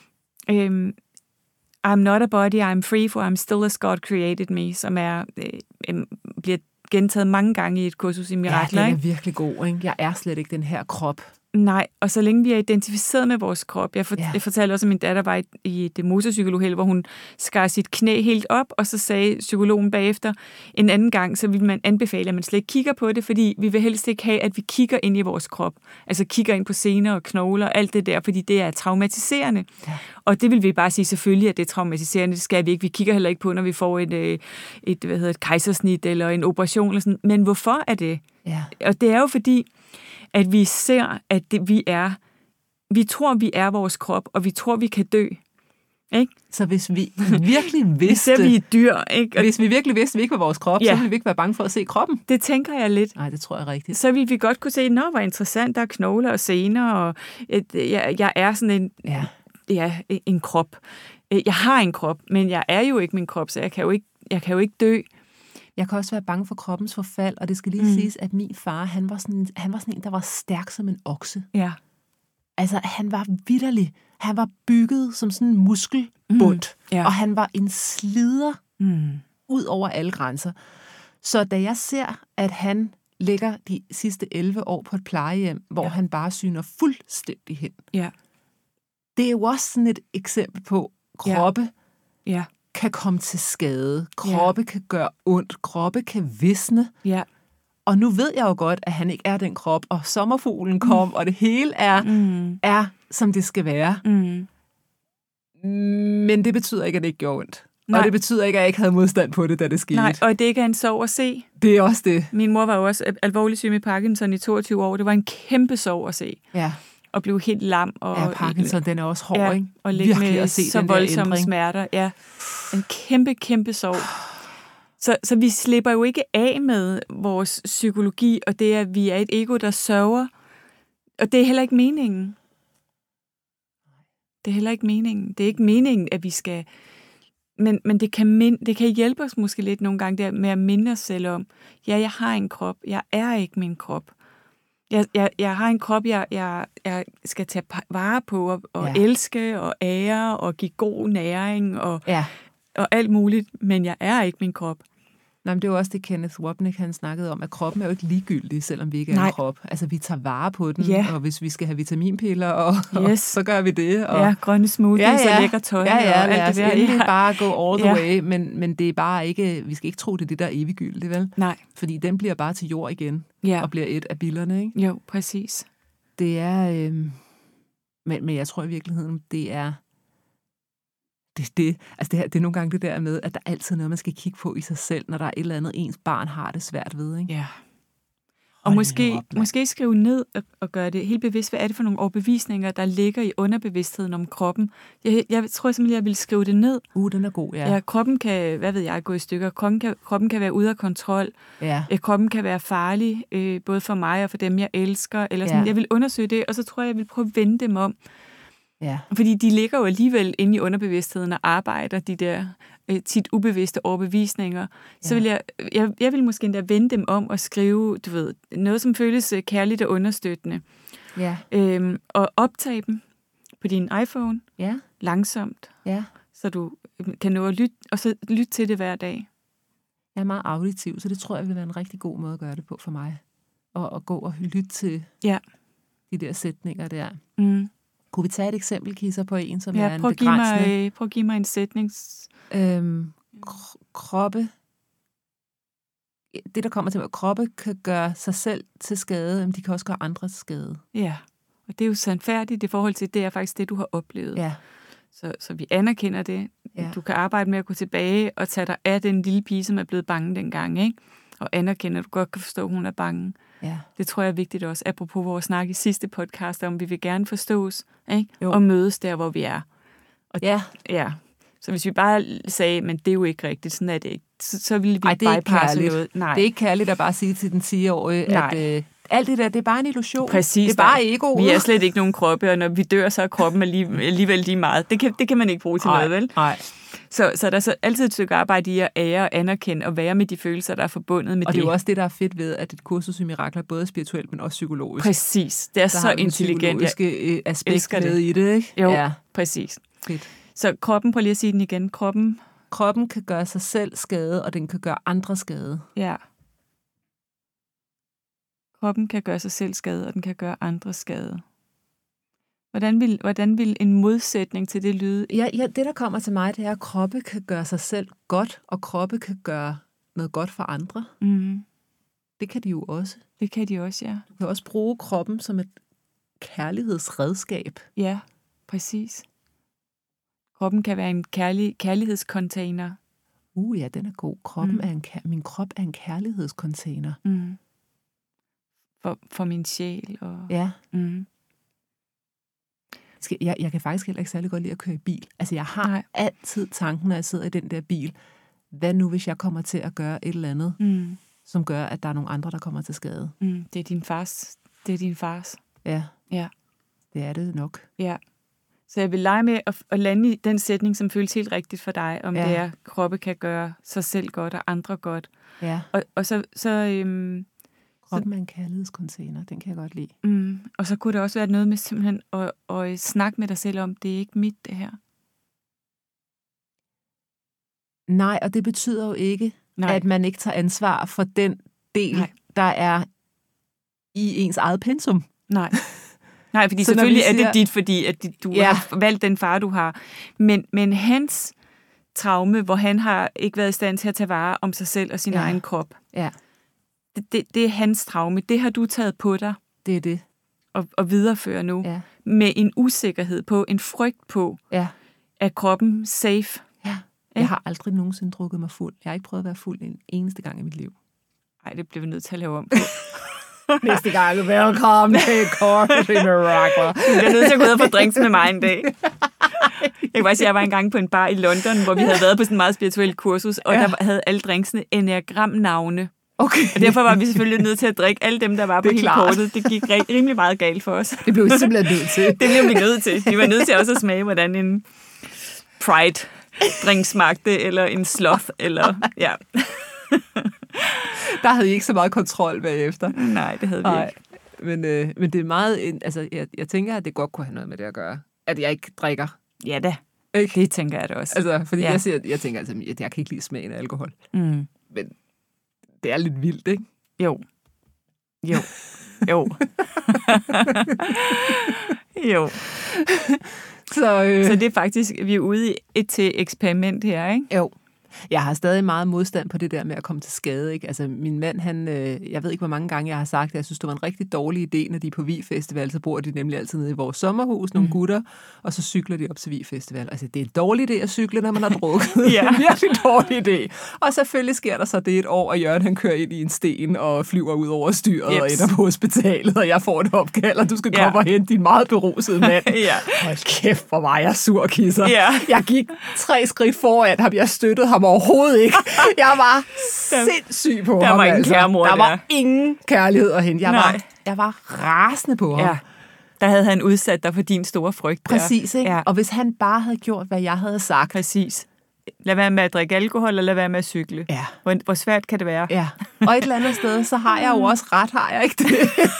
Speaker 1: øhm, I'm not a body, I'm free, for I'm still as God created me, som er, øh, bliver gentaget mange gange i et kursus i mirakler.
Speaker 2: Ja, den er
Speaker 1: ikke?
Speaker 2: virkelig god, ikke? Jeg er slet ikke den her krop.
Speaker 1: Nej, og så længe vi er identificeret med vores krop. Jeg, for,
Speaker 2: Ja.
Speaker 1: jeg fortalte også, at min datter var i, i et motorcykeluheld, hvor hun skar sit knæ helt op, og så sagde psykologen bagefter en anden gang, så vil man anbefale, at man slet ikke kigger på det, fordi vi vil helst ikke have, at vi kigger ind i vores krop. Altså kigger ind på sener og knogler og alt det der, fordi det er traumatiserende.
Speaker 2: Ja.
Speaker 1: Og det vil vi bare sige selvfølgelig, at det er traumatiserende. Det skal vi ikke. Vi kigger heller ikke på, når vi får et, et, et, hvad hedder, et kejsersnit eller en operation. Eller sådan. Men hvorfor er det?
Speaker 2: Ja.
Speaker 1: Og det er jo fordi, at vi ser, at det, vi er, vi tror, vi er vores krop, og vi tror, vi kan dø. Ikke?
Speaker 2: Så hvis vi virkelig
Speaker 1: Vi
Speaker 2: vidste,
Speaker 1: ser, vi er dyr. Ikke? Og
Speaker 2: hvis vi virkelig vidste, at vi ikke var vores krop,
Speaker 1: Ja.
Speaker 2: så ville vi ikke være bange for at se kroppen.
Speaker 1: det tænker jeg lidt.
Speaker 2: Nej, det tror jeg rigtigt.
Speaker 1: Så ville vi godt kunne se, nå, hvor interessant, der er knogler og sener, og et, jeg, jeg er sådan en,
Speaker 2: Ja.
Speaker 1: ja, en krop. Jeg har en krop, men jeg er jo ikke min krop, så jeg kan jo ikke, jeg kan jo ikke dø.
Speaker 2: Jeg kan også være bange for kroppens forfald, og det skal lige mm. siges, at min far, han var, sådan, han var sådan en, der var stærk som en okse.
Speaker 1: Ja.
Speaker 2: Altså, han var vitterlig. Han var bygget som sådan en muskelbund,
Speaker 1: Mm. Ja.
Speaker 2: og han var en slider
Speaker 1: Mm.
Speaker 2: ud over alle grænser. Så da jeg ser, at han ligger de sidste elleve år på et plejehjem, hvor
Speaker 1: Ja.
Speaker 2: han bare syner fuldstændig hen,
Speaker 1: Ja.
Speaker 2: det er jo også sådan et eksempel på, kroppe
Speaker 1: Ja.
Speaker 2: kan komme til skade, kroppe ja. kan gøre ondt, kroppe kan visne.
Speaker 1: Ja.
Speaker 2: Og nu ved jeg jo godt, at han ikke er den krop, og sommerfuglen kom, mm. og det hele er,
Speaker 1: Mm.
Speaker 2: er, som det skal være.
Speaker 1: Mm.
Speaker 2: Men det betyder ikke, at det ikke gjorde ondt.
Speaker 1: Nej.
Speaker 2: Og det betyder ikke, at jeg ikke havde modstand på det, da det skete.
Speaker 1: Nej, og det ikke er en sorg at se.
Speaker 2: Det er også det.
Speaker 1: Min mor var jo også alvorligt syg med Parkinson i toogtyve år. Det var en kæmpe sorg at se.
Speaker 2: Ja,
Speaker 1: Og blive helt lam. Og,
Speaker 2: ja Parkinson, den er også hård,
Speaker 1: ja,
Speaker 2: ikke?
Speaker 1: og ligge
Speaker 2: Virkelig
Speaker 1: med
Speaker 2: at se
Speaker 1: så
Speaker 2: den der
Speaker 1: voldsomme
Speaker 2: ændring.
Speaker 1: smerter. Ja, en kæmpe, kæmpe sorg. Så, så vi slipper jo ikke af med vores psykologi, og det er, at vi er et ego, der sørger. Og det er heller ikke meningen. Det er heller ikke meningen. Det er ikke meningen, at vi skal... Men, men det, kan mind, det kan hjælpe os måske lidt nogle gange der med at minde os selv om, ja, jeg har en krop. Jeg er ikke min krop. Jeg, jeg, jeg har en krop, jeg, jeg, jeg skal tage vare på og, og
Speaker 2: Ja.
Speaker 1: elske og ære og give god næring og,
Speaker 2: Ja.
Speaker 1: og alt muligt, men jeg er ikke min krop.
Speaker 2: Nej, men det er jo også det, Kenneth Wapnick han snakkede om, at kroppen er jo ikke ligegyldig, selvom vi ikke er
Speaker 1: Nej.
Speaker 2: en krop. Altså, vi tager vare på den,
Speaker 1: Ja.
Speaker 2: og hvis vi skal have vitaminpiller, og,
Speaker 1: Yes.
Speaker 2: og så gør vi det. Og,
Speaker 1: Ja, grønne smoothies ja, ja. og lækker tøj
Speaker 2: ja, ja,
Speaker 1: og
Speaker 2: lad
Speaker 1: alt
Speaker 2: os
Speaker 1: det der.
Speaker 2: endelig
Speaker 1: Ja.
Speaker 2: bare go all the
Speaker 1: Ja.
Speaker 2: way, men, men det er bare ikke, vi skal ikke tro, det er det, der er eviggyldigt, vel?
Speaker 1: Nej,
Speaker 2: Fordi den bliver bare til jord igen,
Speaker 1: ja.
Speaker 2: og bliver et af billerne, ikke?
Speaker 1: Jo, præcis.
Speaker 2: Det er, øh, men, men jeg tror i virkeligheden, det er, det, det, altså det, her, det er nogle gange det der med, at der altid er noget, man skal kigge på i sig selv, når der er et eller andet, ens barn har det svært ved, ikke?
Speaker 1: Ja.
Speaker 2: Hold
Speaker 1: Og måske,
Speaker 2: nu op, mand.
Speaker 1: måske skrive ned og, og gøre det helt bevidst. Hvad er det for nogle overbevisninger, der ligger i underbevidstheden om kroppen? Jeg, jeg tror simpelthen, jeg vil skrive det ned.
Speaker 2: Uh, den er god, ja.
Speaker 1: Ja, kroppen kan, hvad ved jeg, gå i stykker. Kroppen kan, kroppen kan være ude af kontrol.
Speaker 2: Ja.
Speaker 1: Ja, kroppen kan være farlig, øh, både for mig og for dem, jeg elsker. Eller sådan.
Speaker 2: Ja.
Speaker 1: Jeg vil undersøge det, og så tror jeg, jeg vil prøve at vende dem om.
Speaker 2: Ja.
Speaker 1: Fordi de ligger jo alligevel inde i underbevidstheden og arbejder, de der øh, tit ubevidste overbevisninger. Så
Speaker 2: Ja.
Speaker 1: vil jeg, jeg, jeg vil måske endda vende dem om og skrive, du ved, noget, som føles øh, kærligt og understøttende.
Speaker 2: Ja.
Speaker 1: Øhm, og optage dem på din iPhone
Speaker 2: Ja.
Speaker 1: langsomt,
Speaker 2: Ja.
Speaker 1: så du kan nå at lytte, og så lytte til det hver dag.
Speaker 2: Jeg er meget auditiv, så det tror jeg vil være en rigtig god måde at gøre det på for mig. Og at gå og lytte til
Speaker 1: Ja.
Speaker 2: de der sætninger der.
Speaker 1: Mm.
Speaker 2: Kunne vi tage et eksempel, Kisser, på en, som er
Speaker 1: Ja,
Speaker 2: en
Speaker 1: prøv at, give
Speaker 2: begrænsende?
Speaker 1: mig, prøv at give mig en sætning.
Speaker 2: Øhm, kr- kroppe det, der kommer til, at kroppe kan gøre sig selv til skade, men de kan også gøre andre til skade.
Speaker 1: Ja, og det er jo sandfærdigt i forhold til, det er faktisk det, du har oplevet.
Speaker 2: Ja.
Speaker 1: Så, så vi anerkender det.
Speaker 2: Ja.
Speaker 1: Du kan arbejde med at gå tilbage og tage dig af den lille pige, som er blevet bange dengang, ikke? Og anerkende, at du godt kan forstå, at hun er bange.
Speaker 2: Ja.
Speaker 1: Det tror jeg er vigtigt også, apropos vores snak i sidste podcast, om vi vil gerne forstås, ikke?
Speaker 2: Jo.
Speaker 1: Og mødes der, hvor vi er. Og
Speaker 2: Ja.
Speaker 1: ja. Så hvis vi bare sagde, men det er jo ikke rigtigt, sådan er det ikke, så, så ville vi
Speaker 2: Ej, det er ikke
Speaker 1: bypasse
Speaker 2: kærligt.
Speaker 1: noget. Nej.
Speaker 2: Det er ikke kærligt at bare sige til den ti-årige,
Speaker 1: Nej.
Speaker 2: at øh, alt det der, det er bare en illusion.
Speaker 1: Præcis.
Speaker 2: Det er bare egoet.
Speaker 1: Vi er slet ikke nogen kroppe, og når vi dør, så er kroppen alligevel, alligevel lige meget. Det kan, det kan man ikke bruge til
Speaker 2: Nej,
Speaker 1: noget, vel?
Speaker 2: Nej.
Speaker 1: Så, så der er så altid et stykke arbejde i at ære og anerkende og være med de følelser, der er forbundet med
Speaker 2: Og
Speaker 1: det.
Speaker 2: det er jo også det, der er fedt ved, at et kursus i mirakler både er spirituelt, men også psykologisk.
Speaker 1: Præcis. Det er
Speaker 2: der
Speaker 1: så
Speaker 2: har vi
Speaker 1: intelligent.
Speaker 2: Det psykologiske aspekt
Speaker 1: elsker det.
Speaker 2: med i det, ikke?
Speaker 1: Jo,
Speaker 2: Ja.
Speaker 1: præcis.
Speaker 2: Fedt.
Speaker 1: Så kroppen, prøv lige at sige den igen. Kroppen,
Speaker 2: Kroppen kan gøre sig selv skade, og den kan gøre andre skade.
Speaker 1: ja. Kroppen kan gøre sig selv skade, og den kan gøre andre skade. Hvordan vil, hvordan vil en modsætning til det lyde?
Speaker 2: Ja, ja, det, der kommer til mig, det er, at kroppe kan gøre sig selv godt, og kroppe kan gøre noget godt for andre.
Speaker 1: Mm,
Speaker 2: Det kan de jo også.
Speaker 1: det kan de også, ja.
Speaker 2: Du kan også bruge kroppen som et kærlighedsredskab.
Speaker 1: Ja, præcis. Kroppen kan være en kærlig, kærlighedscontainer.
Speaker 2: Uh, ja, den er god. Kroppen
Speaker 1: Mm.
Speaker 2: er en, kær- min krop er en kærlighedscontainer.
Speaker 1: Mm. For, for min sjæl. Og,
Speaker 2: Ja.
Speaker 1: mm.
Speaker 2: Skal- Jeg, jeg kan faktisk heller ikke særlig godt lide at køre i bil. Altså, jeg har
Speaker 1: Nej.
Speaker 2: altid tanken, når jeg sidder i den der bil. Hvad nu, hvis jeg kommer til at gøre et eller andet,
Speaker 1: Mm.
Speaker 2: som gør, at der er nogle andre, der kommer til skade?
Speaker 1: Mm. Det er din fars. Det er din fars.
Speaker 2: Ja.
Speaker 1: Ja.
Speaker 2: Det er det nok.
Speaker 1: Ja. Så jeg vil lege med at, at lande i den sætning, som føles helt rigtigt for dig, om
Speaker 2: Ja.
Speaker 1: det er, kroppe kan gøre sig selv godt og andre godt.
Speaker 2: Ja.
Speaker 1: Og, og så, så, øhm,
Speaker 2: Kroppen er en kærlighedscontainer. Den kan jeg godt lide.
Speaker 1: mm, og så kunne det også være noget med simpelthen at, at snakke med dig selv om, det er ikke mit, det her.
Speaker 2: Nej, og det betyder jo ikke,
Speaker 1: Nej.
Speaker 2: at man ikke tager ansvar for den del,
Speaker 1: Nej.
Speaker 2: der er i ens eget pensum.
Speaker 1: Nej. Nej, fordi
Speaker 2: Så når
Speaker 1: selvfølgelig
Speaker 2: vi siger-
Speaker 1: er det dit, fordi at du
Speaker 2: Ja.
Speaker 1: har valgt den far, du har. Men, men hans traume, hvor han har ikke været i stand til at tage vare om sig selv og sin
Speaker 2: Ja.
Speaker 1: egen krop,
Speaker 2: Ja,
Speaker 1: det, det, det er hans traume. Det har du taget på dig
Speaker 2: det er det.
Speaker 1: og, og viderefører nu.
Speaker 2: Ja.
Speaker 1: Med en usikkerhed på, en frygt på,
Speaker 2: Ja.
Speaker 1: er kroppen safe?
Speaker 2: Ja. Jeg har aldrig nogensinde drukket mig fuld. Jeg har ikke prøvet at være fuld en eneste gang i mit liv.
Speaker 1: Nej, det bliver vi nødt til at lave om på.
Speaker 2: Næste gang, velkommen til Coffee Mirakler.
Speaker 1: Du bliver nødt til at gå ud og få drinks med mig en dag. Jeg kan bare sige, at jeg var engang på en bar i London, hvor vi havde været på sådan en meget spirituel kursus, og
Speaker 2: Ja.
Speaker 1: der havde alle drinksene enneagram-navne.
Speaker 2: Okay.
Speaker 1: Og derfor var vi selvfølgelig nødt til at drikke alle dem, der var på
Speaker 2: Det er
Speaker 1: hele
Speaker 2: klart.
Speaker 1: kortet. Det gik ri- rimelig meget galt for os.
Speaker 2: Det blev vi simpelthen nødt til.
Speaker 1: Det blev vi nødt til. Vi var nødt til også at smage, hvordan en Pride-drink smagte, eller en sloth, eller ja.
Speaker 2: Der havde I ikke så meget kontrol bagefter.
Speaker 1: Nej, det havde vi
Speaker 2: Nej.
Speaker 1: ikke.
Speaker 2: Men, øh, men det er meget... Altså, jeg, jeg tænker, at det godt kunne have noget med det at gøre. At jeg ikke drikker.
Speaker 1: Ja da,
Speaker 2: Ikke?
Speaker 1: det tænker jeg da også.
Speaker 2: Altså, fordi
Speaker 1: Ja.
Speaker 2: jeg, siger, jeg tænker altså, at jeg kan ikke lide smagen af alkohol.
Speaker 1: Mm.
Speaker 2: Men det er lidt vildt, ikke?
Speaker 1: Jo. Jo. Jo. jo.
Speaker 2: Så, øh,
Speaker 1: Så det er faktisk, vi er ude i et til eksperiment her, ikke?
Speaker 2: jo. Jeg har stadig meget modstand på det der med at komme til skade, ikke? Altså, min mand, han... Øh, jeg ved ikke, hvor mange gange jeg har sagt, at jeg synes, det var en rigtig dårlig idé, når de er på Vig Festival, så bor de nemlig altid nede i vores sommerhus, nogle mm. gutter, og så cykler de op til Vig Festival. Altså, det er en dårlig idé at cykle, når man har drukket.
Speaker 1: Ja.
Speaker 2: En virkelig dårlig idé. Og selvfølgelig sker der så det et år, og Jørgen, han kører ind i en sten og flyver ud over styret
Speaker 1: Jeps.
Speaker 2: og ender på hospitalet, og jeg får et opkald, og du skal
Speaker 1: Ja.
Speaker 2: komme og hente din meget berusede mand.
Speaker 1: Ja.
Speaker 2: Hold kæft, hvor var jeg sur, kisser.
Speaker 1: Ja.
Speaker 2: Jeg gik tre skridt foran ham. Jeg støttede ham overhovedet ikke. Jeg var sindssyg på
Speaker 1: Der
Speaker 2: ham.
Speaker 1: var ingen
Speaker 2: altså.
Speaker 1: kærmor
Speaker 2: Der var
Speaker 1: der.
Speaker 2: ingen kærlighed at hente. Jeg
Speaker 1: Nej.
Speaker 2: var, jeg var rasende på ham.
Speaker 1: Ja. Der havde han udsat dig for din store frygt. Der.
Speaker 2: Præcis, ikke?
Speaker 1: Ja.
Speaker 2: Og hvis han bare havde gjort, hvad jeg havde sagt.
Speaker 1: Præcis. Lad være med at drikke alkohol, og lad være med at cykle.
Speaker 2: Ja.
Speaker 1: Hvor, hvor svært kan det være?
Speaker 2: Ja. Og et eller andet sted, så har jeg jo også ret, har jeg ikke det?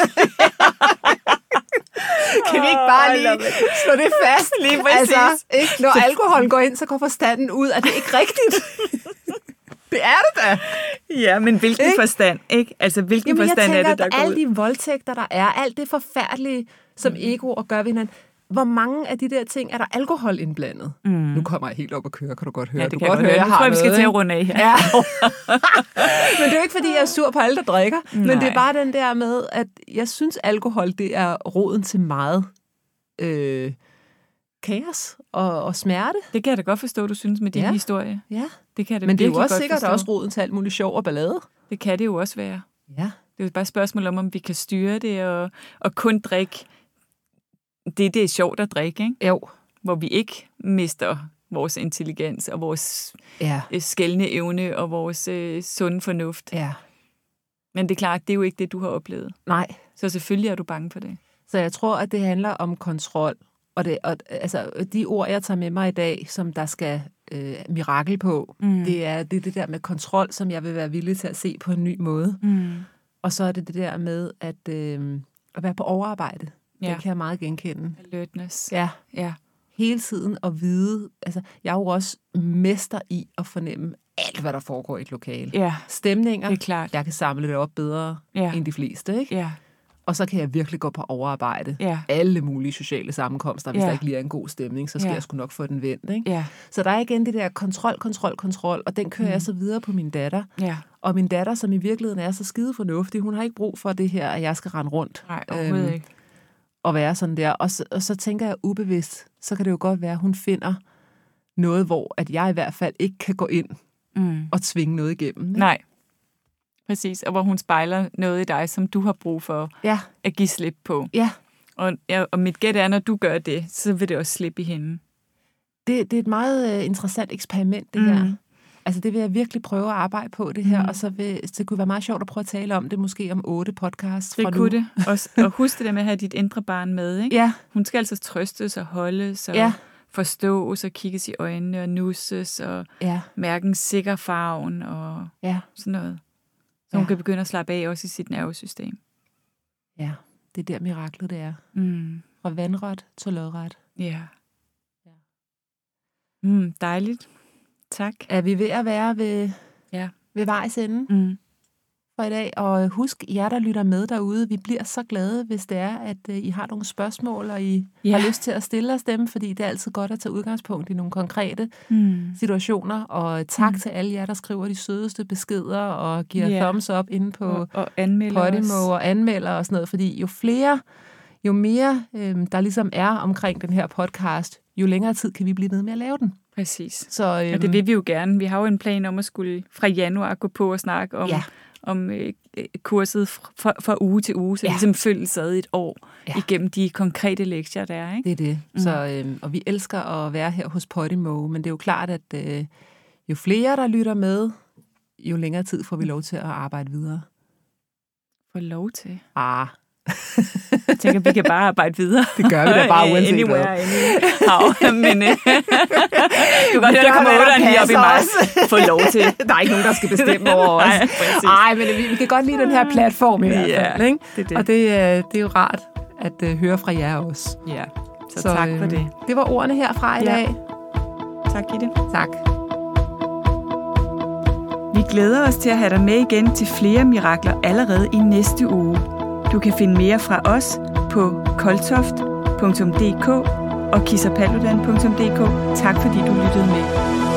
Speaker 2: Kan vi ikke bare lige slå det fast?
Speaker 1: Lige præcis.
Speaker 2: Altså, ikke? Når alkoholen går ind, så går forstanden ud. Er det ikke rigtigt? Det er det da.
Speaker 1: Ja, men hvilken
Speaker 2: Ikke?
Speaker 1: forstand, ikke? Altså, hvilken
Speaker 2: Jamen, jeg
Speaker 1: forstand
Speaker 2: tænker,
Speaker 1: er det, der
Speaker 2: at
Speaker 1: går
Speaker 2: alle
Speaker 1: ud?
Speaker 2: de voldtægter, der er, alt det forfærdelige, som mm. egoer gør ved hinanden, hvor mange af de der ting er der alkohol indblandet? Mm. Nu kommer jeg helt op og køre, kan du godt høre.
Speaker 1: Ja, det
Speaker 2: du
Speaker 1: kan
Speaker 2: godt
Speaker 1: jeg
Speaker 2: høre,
Speaker 1: høre. Jeg tror, vi skal til at runde af her.
Speaker 2: Ja. Men det er jo ikke, fordi jeg er sur på alle, der drikker. Nej. Men det er bare den der med, at jeg synes, alkohol, det er roden til meget øh, kaos og, og smerte.
Speaker 1: Det kan jeg da godt forstå, du synes med din
Speaker 2: ja.
Speaker 1: historie.
Speaker 2: Ja.
Speaker 1: Det kan jeg da
Speaker 2: Men det er jo også
Speaker 1: godt
Speaker 2: sikkert
Speaker 1: forstå.
Speaker 2: også roden til alt muligt sjov og ballade.
Speaker 1: Det kan det jo også være.
Speaker 2: Ja.
Speaker 1: Det er jo bare et spørgsmål om, om vi kan styre det og, og kun drikke det, det er sjovt at drikke, ikke?
Speaker 2: Jo.
Speaker 1: Hvor vi ikke mister vores intelligens og vores
Speaker 2: ja.
Speaker 1: skældende evne og vores øh, sunde fornuft.
Speaker 2: Ja.
Speaker 1: Men det er klart, det er jo ikke det, du har oplevet.
Speaker 2: Nej.
Speaker 1: Så selvfølgelig er du bange for det.
Speaker 2: Så jeg tror, at det handler om kontrol. Og, det, og altså, de ord, jeg tager med mig i dag, som der skal øh, mirakel på, mm. det er det, det der med kontrol, som jeg vil være villig til at se på en ny måde. Mm. Og så er det det der med at, øh, at være på overarbejde. Ja. Det kan jeg meget genkende.
Speaker 1: Alertness.
Speaker 2: Ja.
Speaker 1: Ja.
Speaker 2: Hele tiden at vide, altså jeg er jo også mester i at fornemme alt, hvad der foregår i et lokale.
Speaker 1: Ja.
Speaker 2: Stemninger.
Speaker 1: Det er klart.
Speaker 2: Jeg kan samle det op bedre ja. end de fleste, ikke?
Speaker 1: Ja.
Speaker 2: Og så kan jeg virkelig gå på overarbejde.
Speaker 1: Ja.
Speaker 2: Alle mulige sociale sammenkomster. Hvis
Speaker 1: ja.
Speaker 2: der ikke lige er en god stemning, så skal
Speaker 1: ja.
Speaker 2: jeg sgu nok få den vendt. Ikke?
Speaker 1: Ja.
Speaker 2: Så der er igen det der kontrol, kontrol, kontrol, og den kører mm. jeg så videre på min datter.
Speaker 1: Ja.
Speaker 2: Og min datter, som i virkeligheden er så skide fornuftig, hun har ikke brug for det her, at jeg skal rende rundt.
Speaker 1: Nej, overhovedet øhm, ikke.
Speaker 2: Og være sådan der. Og så, og så tænker jeg ubevidst, så kan det jo godt være, at hun finder noget, hvor at jeg i hvert fald ikke kan gå ind mm. og tvinge noget igennem. Ikke?
Speaker 1: Nej. Præcis, og hvor hun spejler noget i dig, som du har brug for
Speaker 2: ja.
Speaker 1: at give slip på.
Speaker 2: Ja.
Speaker 1: Og, ja, og mit gæt er, når du gør det, så vil det også slippe i hende.
Speaker 2: Det, det er et meget uh, interessant eksperiment, det mm. her. Altså, det vil jeg virkelig prøve at arbejde på, det her. Mm. Og så vil, det kunne være meget sjovt at prøve at tale om det, måske om otte podcasts
Speaker 1: det
Speaker 2: fra
Speaker 1: kunne
Speaker 2: nu.
Speaker 1: Det også, og husk det der med at have dit indre barn med, ikke?
Speaker 2: Ja.
Speaker 1: Hun skal altså trøstes og holdes og ja. forstås og kigges i øjnene og nusses og
Speaker 2: ja.
Speaker 1: mærke en sikker farven og ja. sådan noget. Så hun ja. kan begynde at slappe af også i sit nervesystem.
Speaker 2: Ja, det er der miraklet det er.
Speaker 1: Mm.
Speaker 2: Fra vandret til lodret.
Speaker 1: Ja. ja. Mm, dejligt. Tak.
Speaker 2: Er vi ved at være ved,
Speaker 1: ja.
Speaker 2: ved vejs ende
Speaker 1: mm.
Speaker 2: for i dag? Og husk, jer der lytter med derude, vi bliver så glade, hvis det er, at uh, I har nogle spørgsmål, og I ja. har lyst til at stille os dem, fordi det er altid godt at tage udgangspunkt i nogle konkrete mm. situationer. Og tak mm. til alle jer, der skriver de sødeste beskeder og giver yeah. thumbs up inde på
Speaker 1: og, og anmelder
Speaker 2: Podimo og anmelder og sådan noget, fordi jo flere, jo mere øhm, der ligesom er omkring den her podcast, jo længere tid kan vi blive ved med at lave den.
Speaker 1: Præcis.
Speaker 2: Så, øhm,
Speaker 1: og det vil vi jo gerne. Vi har jo en plan om at skulle fra januar gå på og snakke om,
Speaker 2: ja.
Speaker 1: om øh, kurset fra, fra uge til uge, så ja. ligesom følges ad et år ja. igennem de konkrete lektier, der er. Ikke?
Speaker 2: Det er det. Mm. Så, øhm, og vi elsker at være her hos Podimo, men det er jo klart, at øh, jo flere, der lytter med, jo længere tid får vi lov til at arbejde videre.
Speaker 1: Får lov til?
Speaker 2: Ah.
Speaker 1: Jeg tænker, vi kan bare arbejde videre.
Speaker 2: Det gør vi da bare uanset
Speaker 1: Anywhere, anyhow. Men øh, du kan godt høre, der kommer otteren lige op i mig. Få lov til.
Speaker 2: Der er ikke nogen, der skal bestemme over os. Nej, men vi, vi kan godt lide den her platform i hvert fald. Ikke?
Speaker 1: Det, det.
Speaker 2: Og det, det er jo rart at uh, høre fra jer også.
Speaker 1: Ja, så, så tak for det.
Speaker 2: Det var ordene herfra i
Speaker 1: ja.
Speaker 2: dag.
Speaker 1: Tak, Gitte.
Speaker 2: Tak.
Speaker 1: Vi glæder os til at have dig med igen til flere mirakler allerede i næste uge. Du kan finde mere fra os på koltoft punktum d k og kissapaludan punktum d k. Tak fordi du lyttede med.